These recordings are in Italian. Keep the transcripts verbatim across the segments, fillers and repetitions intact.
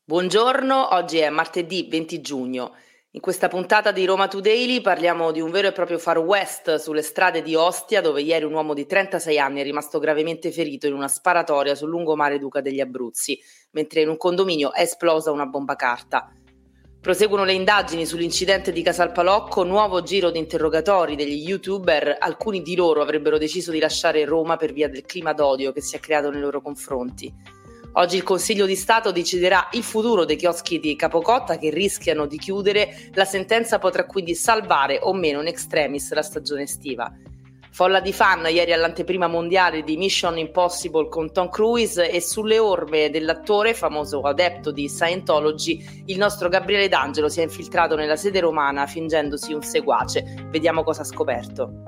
Buongiorno, oggi è martedì venti giugno. In questa puntata di Roma Today parliamo di un vero e proprio Far West sulle strade di Ostia, dove ieri un uomo di trentasei anni è rimasto gravemente ferito in una sparatoria sul lungomare Duca degli Abruzzi, mentre in un condominio è esplosa una bomba carta. Proseguono le indagini sull'incidente di Casalpalocco, nuovo giro di interrogatori degli youtuber. Alcuni di loro avrebbero deciso di lasciare Roma per via del clima d'odio che si è creato nei loro confronti. Oggi il Consiglio di Stato deciderà il futuro dei chioschi di Capocotta che rischiano di chiudere. La sentenza potrà quindi salvare o meno in extremis la stagione estiva. Folla di fan ieri all'anteprima mondiale di Mission Impossible con Tom Cruise, e sulle orme dell'attore, famoso adepto di Scientology, il nostro Gabriele D'Angelo si è infiltrato nella sede romana fingendosi un seguace. Vediamo cosa ha scoperto.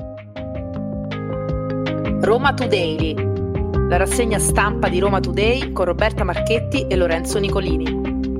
Roma Today, la rassegna stampa di Roma Today con Roberta Marchetti e Lorenzo Nicolini.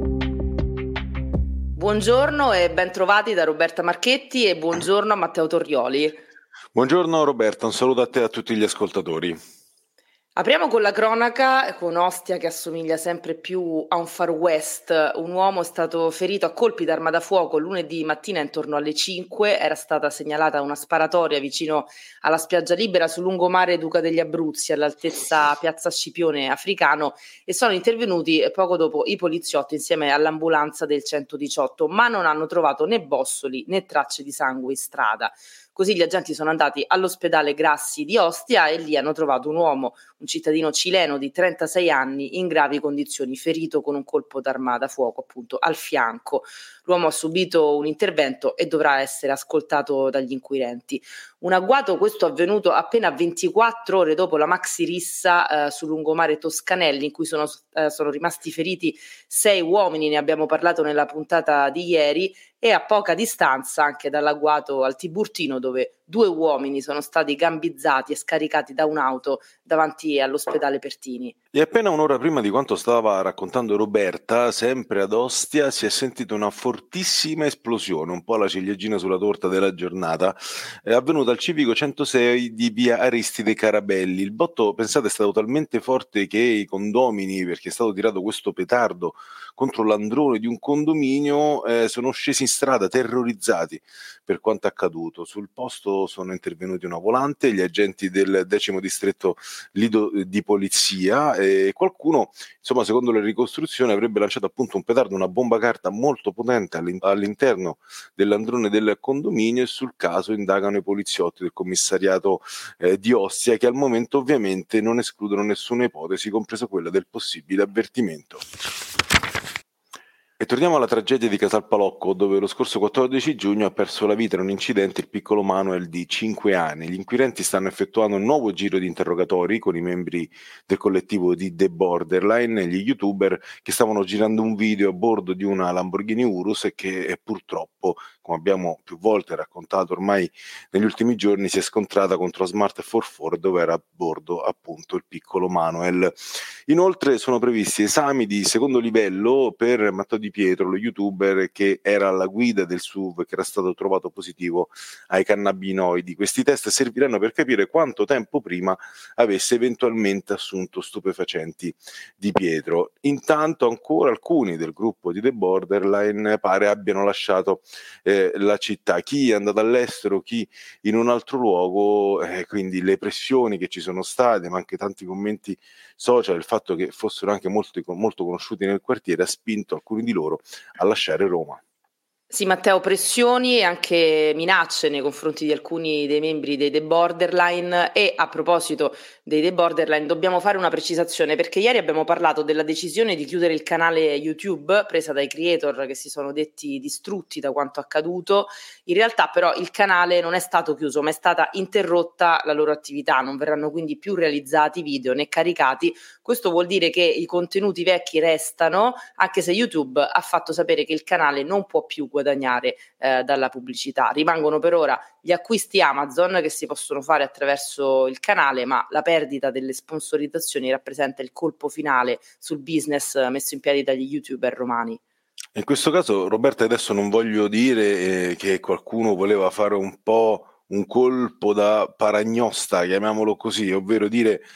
Buongiorno e ben trovati da Roberta Marchetti e buongiorno a Matteo Torrioli. Buongiorno Roberta, un saluto a te e a tutti gli ascoltatori. Apriamo con la cronaca, con Ostia che assomiglia sempre più a un Far West. Un uomo è stato ferito a colpi d'arma da fuoco lunedì mattina intorno alle cinque. Era stata segnalata una sparatoria vicino alla spiaggia libera sul lungomare Duca degli Abruzzi, all'altezza piazza Scipione Africano, e sono intervenuti poco dopo i poliziotti insieme all'ambulanza del centodiciotto, ma non hanno trovato né bossoli né tracce di sangue in strada. Così gli agenti sono andati all'ospedale Grassi di Ostia e lì hanno trovato un uomo, un cittadino cileno di trentasei anni, in gravi condizioni, ferito con un colpo d'arma da fuoco appunto al fianco. L'uomo ha subito un intervento e dovrà essere ascoltato dagli inquirenti. Un agguato questo avvenuto appena ventiquattro ore dopo la maxi rissa eh, sul lungomare Toscanelli, in cui sono, eh, sono rimasti feriti sei uomini, ne abbiamo parlato nella puntata di ieri, e a poca distanza anche dall'agguato al Tiburtino, dove due uomini sono stati gambizzati e scaricati da un'auto davanti all'ospedale Pertini. E appena un'ora prima di quanto stava raccontando Roberta, sempre ad Ostia, si è sentita una fortissima esplosione, un po' la ciliegina sulla torta della giornata, è avvenuta al civico centosei di via Aristide Carabelli. Il botto, pensate, è stato talmente forte che i condomini, perché è stato tirato questo petardo contro l'androne di un condominio, eh, sono scesi in strada terrorizzati per quanto accaduto. Sul posto sono intervenuti una volante, gli agenti del decimo distretto Lido di polizia, e qualcuno, insomma, secondo le ricostruzioni, avrebbe lanciato appunto un petardo, una bomba carta molto potente all'interno dell'androne del condominio, e sul caso indagano i poliziotti del commissariato eh, di Ostia, che al momento ovviamente non escludono nessuna ipotesi, compresa quella del possibile avvertimento. E torniamo alla tragedia di Casalpalocco, dove lo scorso quattordici giugno ha perso la vita in un incidente il piccolo Manuel di cinque anni. Gli inquirenti stanno effettuando un nuovo giro di interrogatori con i membri del collettivo di The Borderline, gli youtuber che stavano girando un video a bordo di una Lamborghini Urus e che eh, purtroppo, come abbiamo più volte raccontato ormai negli ultimi giorni, si è scontrata contro Smart quattrocentoquarantaquattro, dove era a bordo appunto il piccolo Manuel. Inoltre sono previsti esami di secondo livello per Matteo Di Pietro, lo youtuber che era alla guida del S U V che era stato trovato positivo ai cannabinoidi. Questi test serviranno per capire quanto tempo prima avesse eventualmente assunto stupefacenti Di Pietro. Intanto ancora alcuni del gruppo di The Borderline pare abbiano lasciato eh, la città, chi è andato all'estero, chi in un altro luogo, eh, quindi le pressioni che ci sono state, ma anche tanti commenti social, il fatto che fossero anche molto, molto conosciuti nel quartiere, ha spinto alcuni di loro a lasciare Roma. Sì, Matteo, pressioni e anche minacce nei confronti di alcuni dei membri dei The Borderline. E a proposito dei The Borderline dobbiamo fare una precisazione, perché ieri abbiamo parlato della decisione di chiudere il canale YouTube presa dai creator che si sono detti distrutti da quanto accaduto. In realtà però il canale non è stato chiuso, ma è stata interrotta la loro attività, non verranno quindi più realizzati video né caricati. Questo vuol dire che i contenuti vecchi restano, anche se YouTube ha fatto sapere che il canale non può più guadagnare eh, dalla pubblicità. Rimangono per ora gli acquisti Amazon che si possono fare attraverso il canale, ma la perdita delle sponsorizzazioni rappresenta il colpo finale sul business messo in piedi dagli youtuber romani. In questo caso, Roberta, adesso non voglio dire eh, che qualcuno voleva fare un po' un colpo da paragnosta, chiamiamolo così, ovvero dire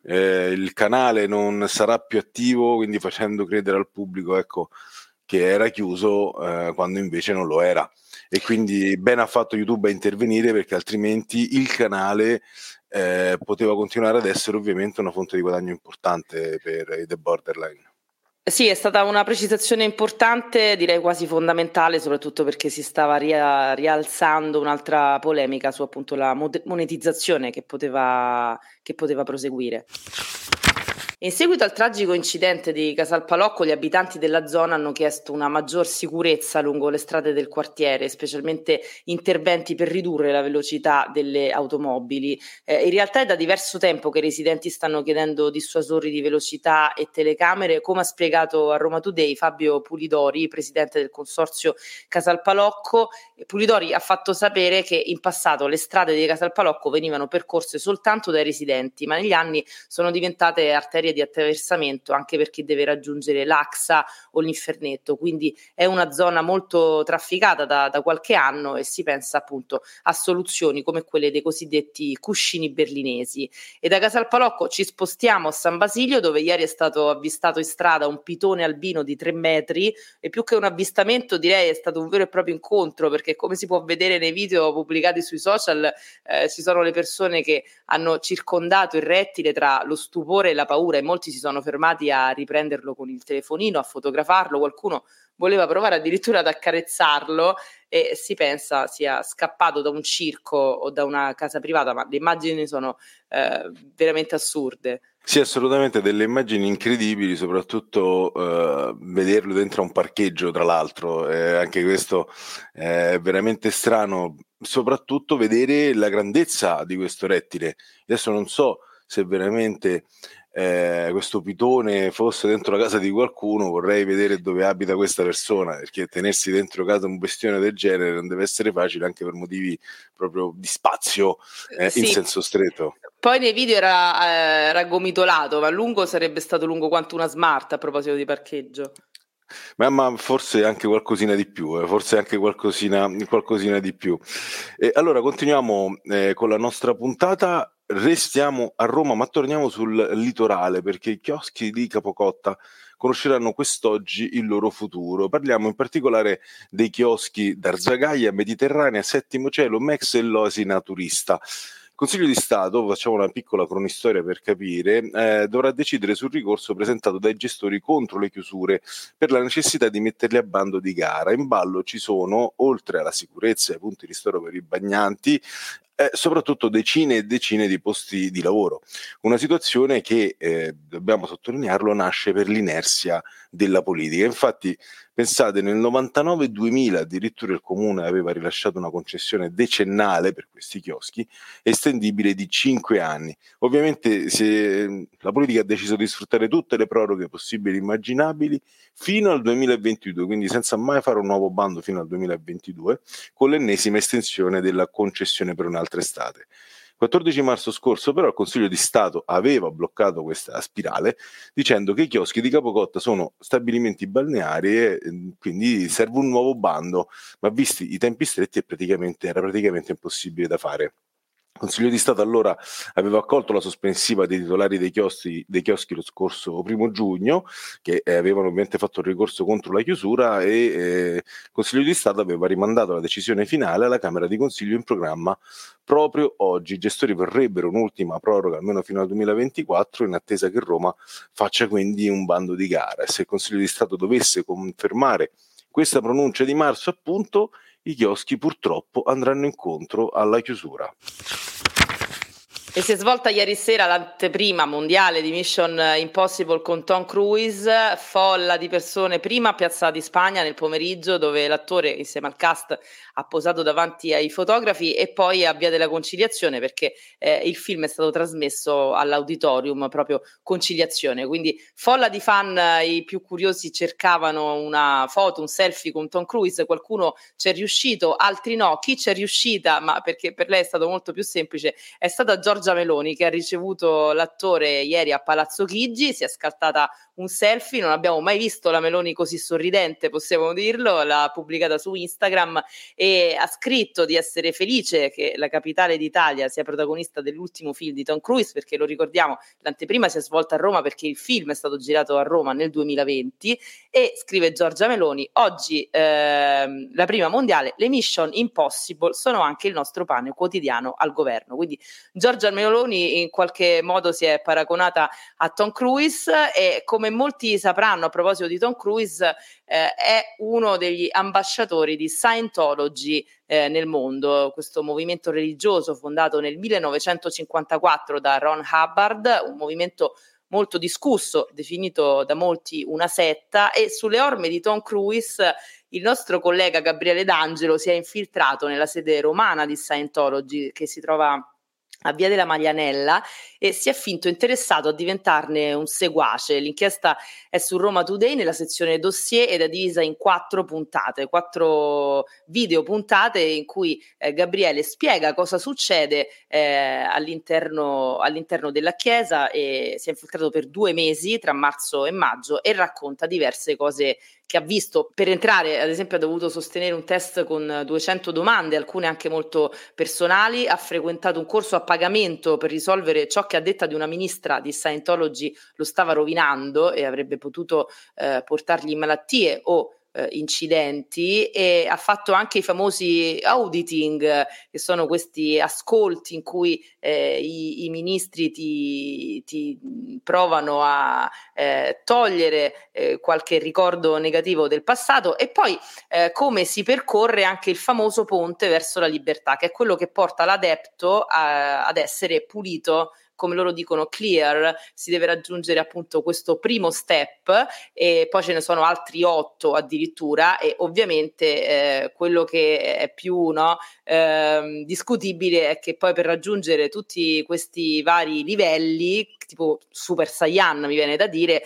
eh, il canale non sarà più attivo, quindi facendo credere al pubblico, ecco, che era chiuso eh, quando invece non lo era. E quindi bene ha fatto YouTube a intervenire, perché altrimenti il canale eh, poteva continuare ad essere ovviamente una fonte di guadagno importante per i The Borderline. Sì, è stata una precisazione importante, direi quasi fondamentale, soprattutto perché si stava ria- rialzando un'altra polemica su appunto la mod- monetizzazione che poteva, che poteva proseguire. In seguito al tragico incidente di Casalpalocco, gli abitanti della zona hanno chiesto una maggior sicurezza lungo le strade del quartiere, specialmente interventi per ridurre la velocità delle automobili. Eh, in realtà è da diverso tempo che i residenti stanno chiedendo dissuasori di velocità e telecamere, come ha spiegato a Roma Today Fabio Pulidori, presidente del consorzio Casalpalocco. Pulidori ha fatto sapere che in passato le strade di Casalpalocco venivano percorse soltanto dai residenti, ma negli anni sono diventate arterie di attraversamento anche per chi deve raggiungere l'A X A o l'Infernetto, quindi è una zona molto trafficata da, da qualche anno e si pensa appunto a soluzioni come quelle dei cosiddetti cuscini berlinesi. E da Casalpalocco ci spostiamo a San Basilio, dove ieri è stato avvistato in strada un pitone albino di tre metri, e più che un avvistamento direi è stato un vero e proprio incontro, perché come si può vedere nei video pubblicati sui social eh, ci sono le persone che hanno circondato il rettile tra lo stupore e la paura, e molti si sono fermati a riprenderlo con il telefonino, a fotografarlo, qualcuno voleva provare addirittura ad accarezzarlo e si pensa sia scappato da un circo o da una casa privata, ma le immagini sono eh, veramente assurde. Sì, assolutamente, delle immagini incredibili, soprattutto eh, vederlo dentro a un parcheggio, tra l'altro, eh, anche questo è veramente strano, soprattutto vedere la grandezza di questo rettile. Adesso non so se veramente eh, questo pitone fosse dentro la casa di qualcuno, vorrei vedere dove abita questa persona, perché tenersi dentro casa un bestione del genere non deve essere facile, anche per motivi proprio di spazio eh, Sì. in senso stretto. Poi nei video era, eh, era gomitolato, ma lungo sarebbe stato lungo quanto una Smart, a proposito di parcheggio. Ma, ma forse anche qualcosina di più, eh, forse anche qualcosina, qualcosina di più. E allora continuiamo eh, con la nostra puntata, restiamo a Roma ma torniamo sul litorale, perché i chioschi di Capocotta conosceranno quest'oggi il loro futuro. Parliamo in particolare dei chioschi d'Arzagaya, Mediterranea, Settimo Cielo, Mex e l'Oasi Naturista. Consiglio di Stato, facciamo una piccola cronistoria per capire, eh, dovrà decidere sul ricorso presentato dai gestori contro le chiusure per la necessità di metterli a bando di gara. In ballo ci sono, oltre alla sicurezza e ai punti di ristoro per i bagnanti, eh, soprattutto decine e decine di posti di lavoro. Una situazione che, eh, dobbiamo sottolinearlo, nasce per l'inerzia della politica. Infatti, pensate, nel novantanove duemila addirittura il comune aveva rilasciato una concessione decennale per questi chioschi, estendibile di cinque anni. Ovviamente se, la politica ha deciso di sfruttare tutte le proroghe possibili e immaginabili fino al duemilaventidue, quindi senza mai fare un nuovo bando fino al duemilaventidue, con l'ennesima estensione della concessione per un'altra estate. quattordici marzo scorso però il Consiglio di Stato aveva bloccato questa spirale dicendo che i chioschi di Capocotta sono stabilimenti balneari e quindi serve un nuovo bando, ma visti i tempi stretti è praticamente, era praticamente impossibile da fare. Il Consiglio di Stato allora aveva accolto la sospensiva dei titolari dei chioschi, dei chioschi lo scorso primo giugno, che eh, avevano ovviamente fatto il ricorso contro la chiusura, e eh, il Consiglio di Stato aveva rimandato la decisione finale alla Camera di Consiglio in programma proprio oggi. I gestori vorrebbero un'ultima proroga almeno fino al duemilaventiquattro, in attesa che Roma faccia quindi un bando di gara. E se il Consiglio di Stato dovesse confermare questa pronuncia di marzo, appunto, i chioschi purtroppo andranno incontro alla chiusura. E si è svolta ieri sera l'anteprima mondiale di Mission Impossible con Tom Cruise, folla di persone prima a Piazza di Spagna nel pomeriggio, dove l'attore insieme al cast ha posato davanti ai fotografi, e poi a Via della Conciliazione, perché eh, il film è stato trasmesso all'auditorium, proprio Conciliazione, quindi folla di fan. I più curiosi cercavano una foto, un selfie con Tom Cruise, qualcuno c'è riuscito, altri no. Chi c'è riuscita, ma perché per lei è stato molto più semplice, è stata Giorgia Giorgia Meloni, che ha ricevuto l'attore ieri a Palazzo Chigi, si è scattata un selfie, non abbiamo mai visto la Meloni così sorridente, possiamo dirlo, l'ha pubblicata su Instagram e ha scritto di essere felice che la capitale d'Italia sia protagonista dell'ultimo film di Tom Cruise, perché lo ricordiamo, l'anteprima si è svolta a Roma perché il film è stato girato a Roma nel duemilaventi, e scrive Giorgia Meloni: oggi ehm, la prima mondiale, le Mission Impossible sono anche il nostro pane quotidiano al governo. Quindi Giorgia Meloni in qualche modo si è paragonata a Tom Cruise e, come molti sapranno, a proposito di Tom Cruise, eh, è uno degli ambasciatori di Scientology eh, nel mondo, questo movimento religioso fondato nel millenovecentocinquantaquattro da Ron Hubbard, un movimento molto discusso, definito da molti una setta, e sulle orme di Tom Cruise il nostro collega Gabriele D'Angelo si è infiltrato nella sede romana di Scientology, che si trova a Via della Maglianella, e si è finto interessato a diventarne un seguace. L'inchiesta è su Roma Today nella sezione dossier ed è divisa in quattro puntate, quattro video puntate in cui eh, Gabriele spiega cosa succede eh, all'interno, all'interno della chiesa, e si è infiltrato per due mesi tra marzo e maggio e racconta diverse cose che ha visto. Per entrare, ad esempio, ha dovuto sostenere un test con duecento domande, alcune anche molto personali, ha frequentato un corso a pagamento per risolvere ciò che, a detta di una ministra di Scientology, lo stava rovinando e avrebbe potuto eh, portargli malattie o eh, incidenti, e ha fatto anche i famosi auditing, eh, che sono questi ascolti in cui eh, i, i ministri ti, ti provano a eh, togliere eh, qualche ricordo negativo del passato, e poi eh, come si percorre anche il famoso ponte verso la libertà, che è quello che porta l'adepto a, ad essere pulito, come loro dicono clear. Si deve raggiungere appunto questo primo step, e poi ce ne sono altri otto addirittura, e ovviamente eh, quello che è più no, eh, discutibile è che poi per raggiungere tutti questi vari livelli, tipo Super Saiyan mi viene da dire,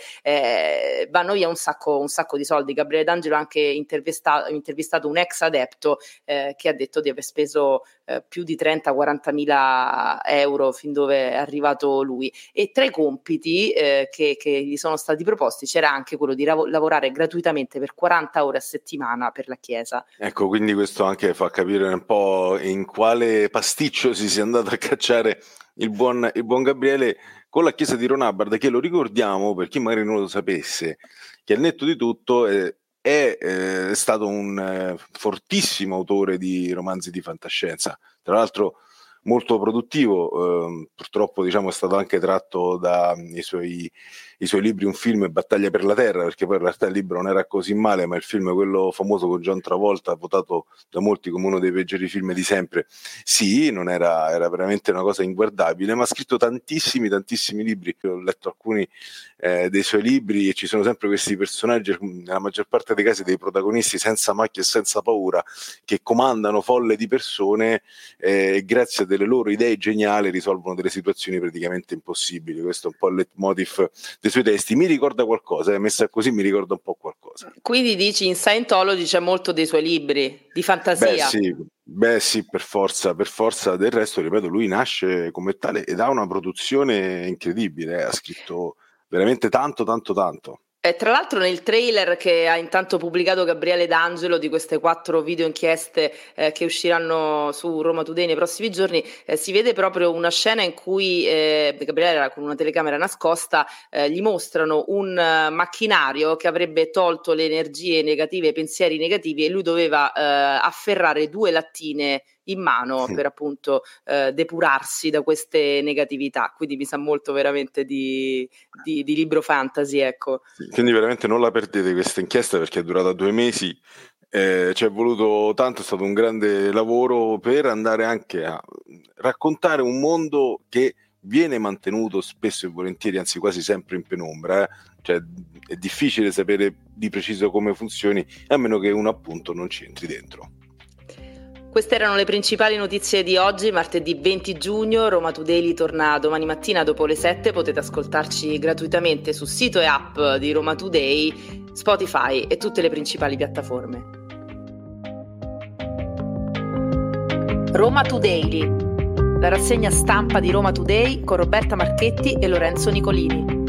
eh, vanno via un sacco, un sacco di soldi. Gabriele D'Angelo ha anche intervistato, intervistato un ex adepto eh, che ha detto di aver speso eh, più di trenta quaranta mila euro fin dove è arrivato lui, e tra i compiti eh, che, che gli sono stati proposti c'era anche quello di rav- lavorare gratuitamente per quaranta ore a settimana per la Chiesa. Ecco, quindi questo anche fa capire un po' in quale pasticcio si sia andato a cacciare il buon, il buon Gabriele con la Chiesa di Ron Hubbard, che, lo ricordiamo per chi magari non lo sapesse, che al netto di tutto è, è, è stato un eh, fortissimo autore di romanzi di fantascienza, tra l'altro molto produttivo. Eh, purtroppo diciamo è stato anche tratto dai suoi, i suoi libri un film, Battaglia per la Terra, perché poi in realtà il libro non era così male, ma il film, quello famoso con John Travolta, votato da molti come uno dei peggiori film di sempre, sì, non era, era veramente una cosa inguardabile, ma ha scritto tantissimi tantissimi libri. Ho letto alcuni eh, dei suoi libri e ci sono sempre questi personaggi, nella maggior parte dei casi dei protagonisti senza macchia e senza paura, che comandano folle di persone eh, e grazie a delle loro idee geniali risolvono delle situazioni praticamente impossibili. Questo è un po' il leitmotiv dei suoi testi. Mi ricorda qualcosa, è messa così, mi ricorda un po' qualcosa. Quindi dici, in Scientology c'è molto dei suoi libri di fantasia? Beh sì, beh sì, per forza, per forza. Del resto, ripeto, lui nasce come tale ed ha una produzione incredibile, eh. Ha scritto veramente tanto, tanto, tanto. E tra l'altro nel trailer che ha intanto pubblicato Gabriele D'Angelo di queste quattro video inchieste eh, che usciranno su Roma Today nei prossimi giorni, eh, si vede proprio una scena in cui eh, Gabriele era con una telecamera nascosta, eh, gli mostrano un uh, macchinario che avrebbe tolto le energie negative, i pensieri negativi, e lui doveva eh, afferrare due lattine in mano per appunto eh, depurarsi da queste negatività. Quindi mi sa molto veramente di, di, di libro fantasy, ecco. Quindi veramente non la perdete questa inchiesta, perché è durata due mesi, eh, ci è voluto tanto, è stato un grande lavoro per andare anche a raccontare un mondo che viene mantenuto spesso e volentieri, anzi quasi sempre in penombra, eh? Cioè è difficile sapere di preciso come funzioni, a meno che uno appunto non ci entri dentro. Queste erano le principali notizie di oggi, martedì venti giugno. Roma Today torna domani mattina dopo le sette. Potete ascoltarci gratuitamente sul sito e app di Roma Today, Spotify e tutte le principali piattaforme. Roma Today, la rassegna stampa di Roma Today con Roberta Marchetti e Lorenzo Nicolini.